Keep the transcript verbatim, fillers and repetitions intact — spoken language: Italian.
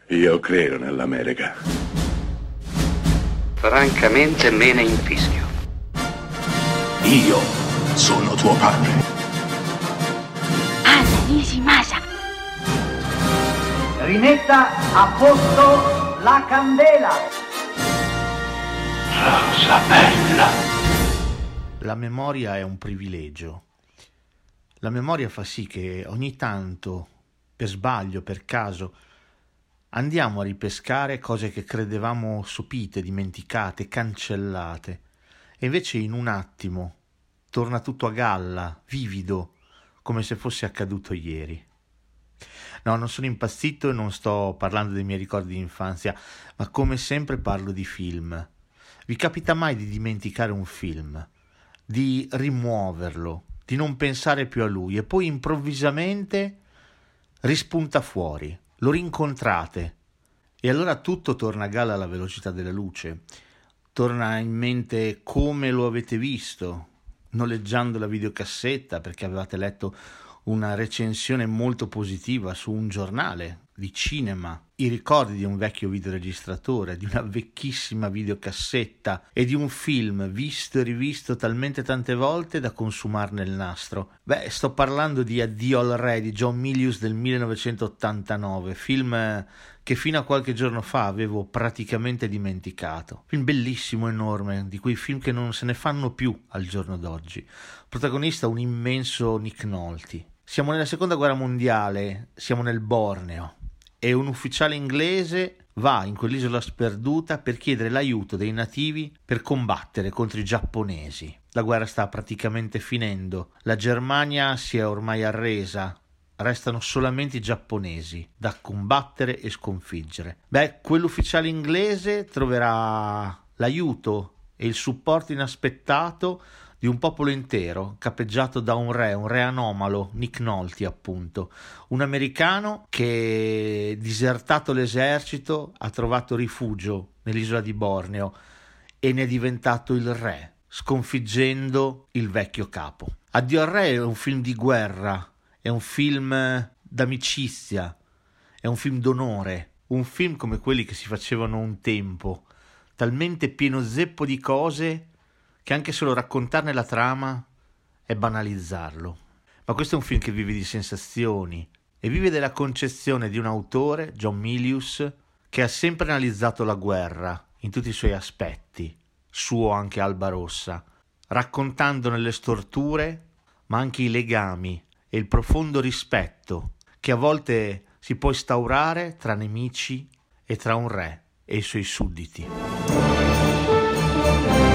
Io credo nell'America. Francamente me ne infischio. Io sono tuo padre. Anna Nishimasa. Rimetta a posto la candela. Rosa bella. La memoria è un privilegio. La memoria fa sì che ogni tanto, per sbaglio, per caso, andiamo a ripescare cose che credevamo sopite, dimenticate, cancellate, e invece in un attimo torna tutto a galla, vivido, come se fosse accaduto ieri. No, non sono impazzito e non sto parlando dei miei ricordi di infanzia, ma come sempre parlo di film. Vi capita mai di dimenticare un film, di rimuoverlo, di non pensare più a lui e poi improvvisamente rispunta fuori, lo rincontrate e allora tutto torna a galla alla velocità della luce, torna in mente come lo avete visto, noleggiando la videocassetta perché avevate letto una recensione molto positiva su un giornale di cinema, i ricordi di un vecchio videoregistratore, di una vecchissima videocassetta e di un film visto e rivisto talmente tante volte da consumarne il nastro. Beh, sto parlando di Addio al Re di John Milius del millenovecentottantanove, film che fino a qualche giorno fa avevo praticamente dimenticato. Film bellissimo, enorme, di quei film che non se ne fanno più al giorno d'oggi. Protagonista un immenso Nick Nolte. Siamo nella seconda guerra mondiale, siamo nel Borneo e un ufficiale inglese va in quell'isola sperduta per chiedere l'aiuto dei nativi per combattere contro i giapponesi. La guerra sta praticamente finendo, la Germania si è ormai arresa, restano solamente i giapponesi da combattere e sconfiggere. Beh, quell'ufficiale inglese troverà l'aiuto e il supporto inaspettato di un popolo intero, capeggiato da un re, un re anomalo, Nick Nolte appunto, un americano che, disertato l'esercito, ha trovato rifugio nell'isola di Borneo e ne è diventato il re, sconfiggendo il vecchio capo. Addio al Re è un film di guerra, è un film d'amicizia, è un film d'onore, un film come quelli che si facevano un tempo, talmente pieno zeppo di cose che anche solo raccontarne la trama è banalizzarlo. Ma questo è un film che vive di sensazioni e vive della concezione di un autore, John Milius, che ha sempre analizzato la guerra in tutti i suoi aspetti, suo anche Alba Rossa, raccontandone le storture, ma anche i legami e il profondo rispetto che a volte si può instaurare tra nemici e tra un re e i suoi sudditi.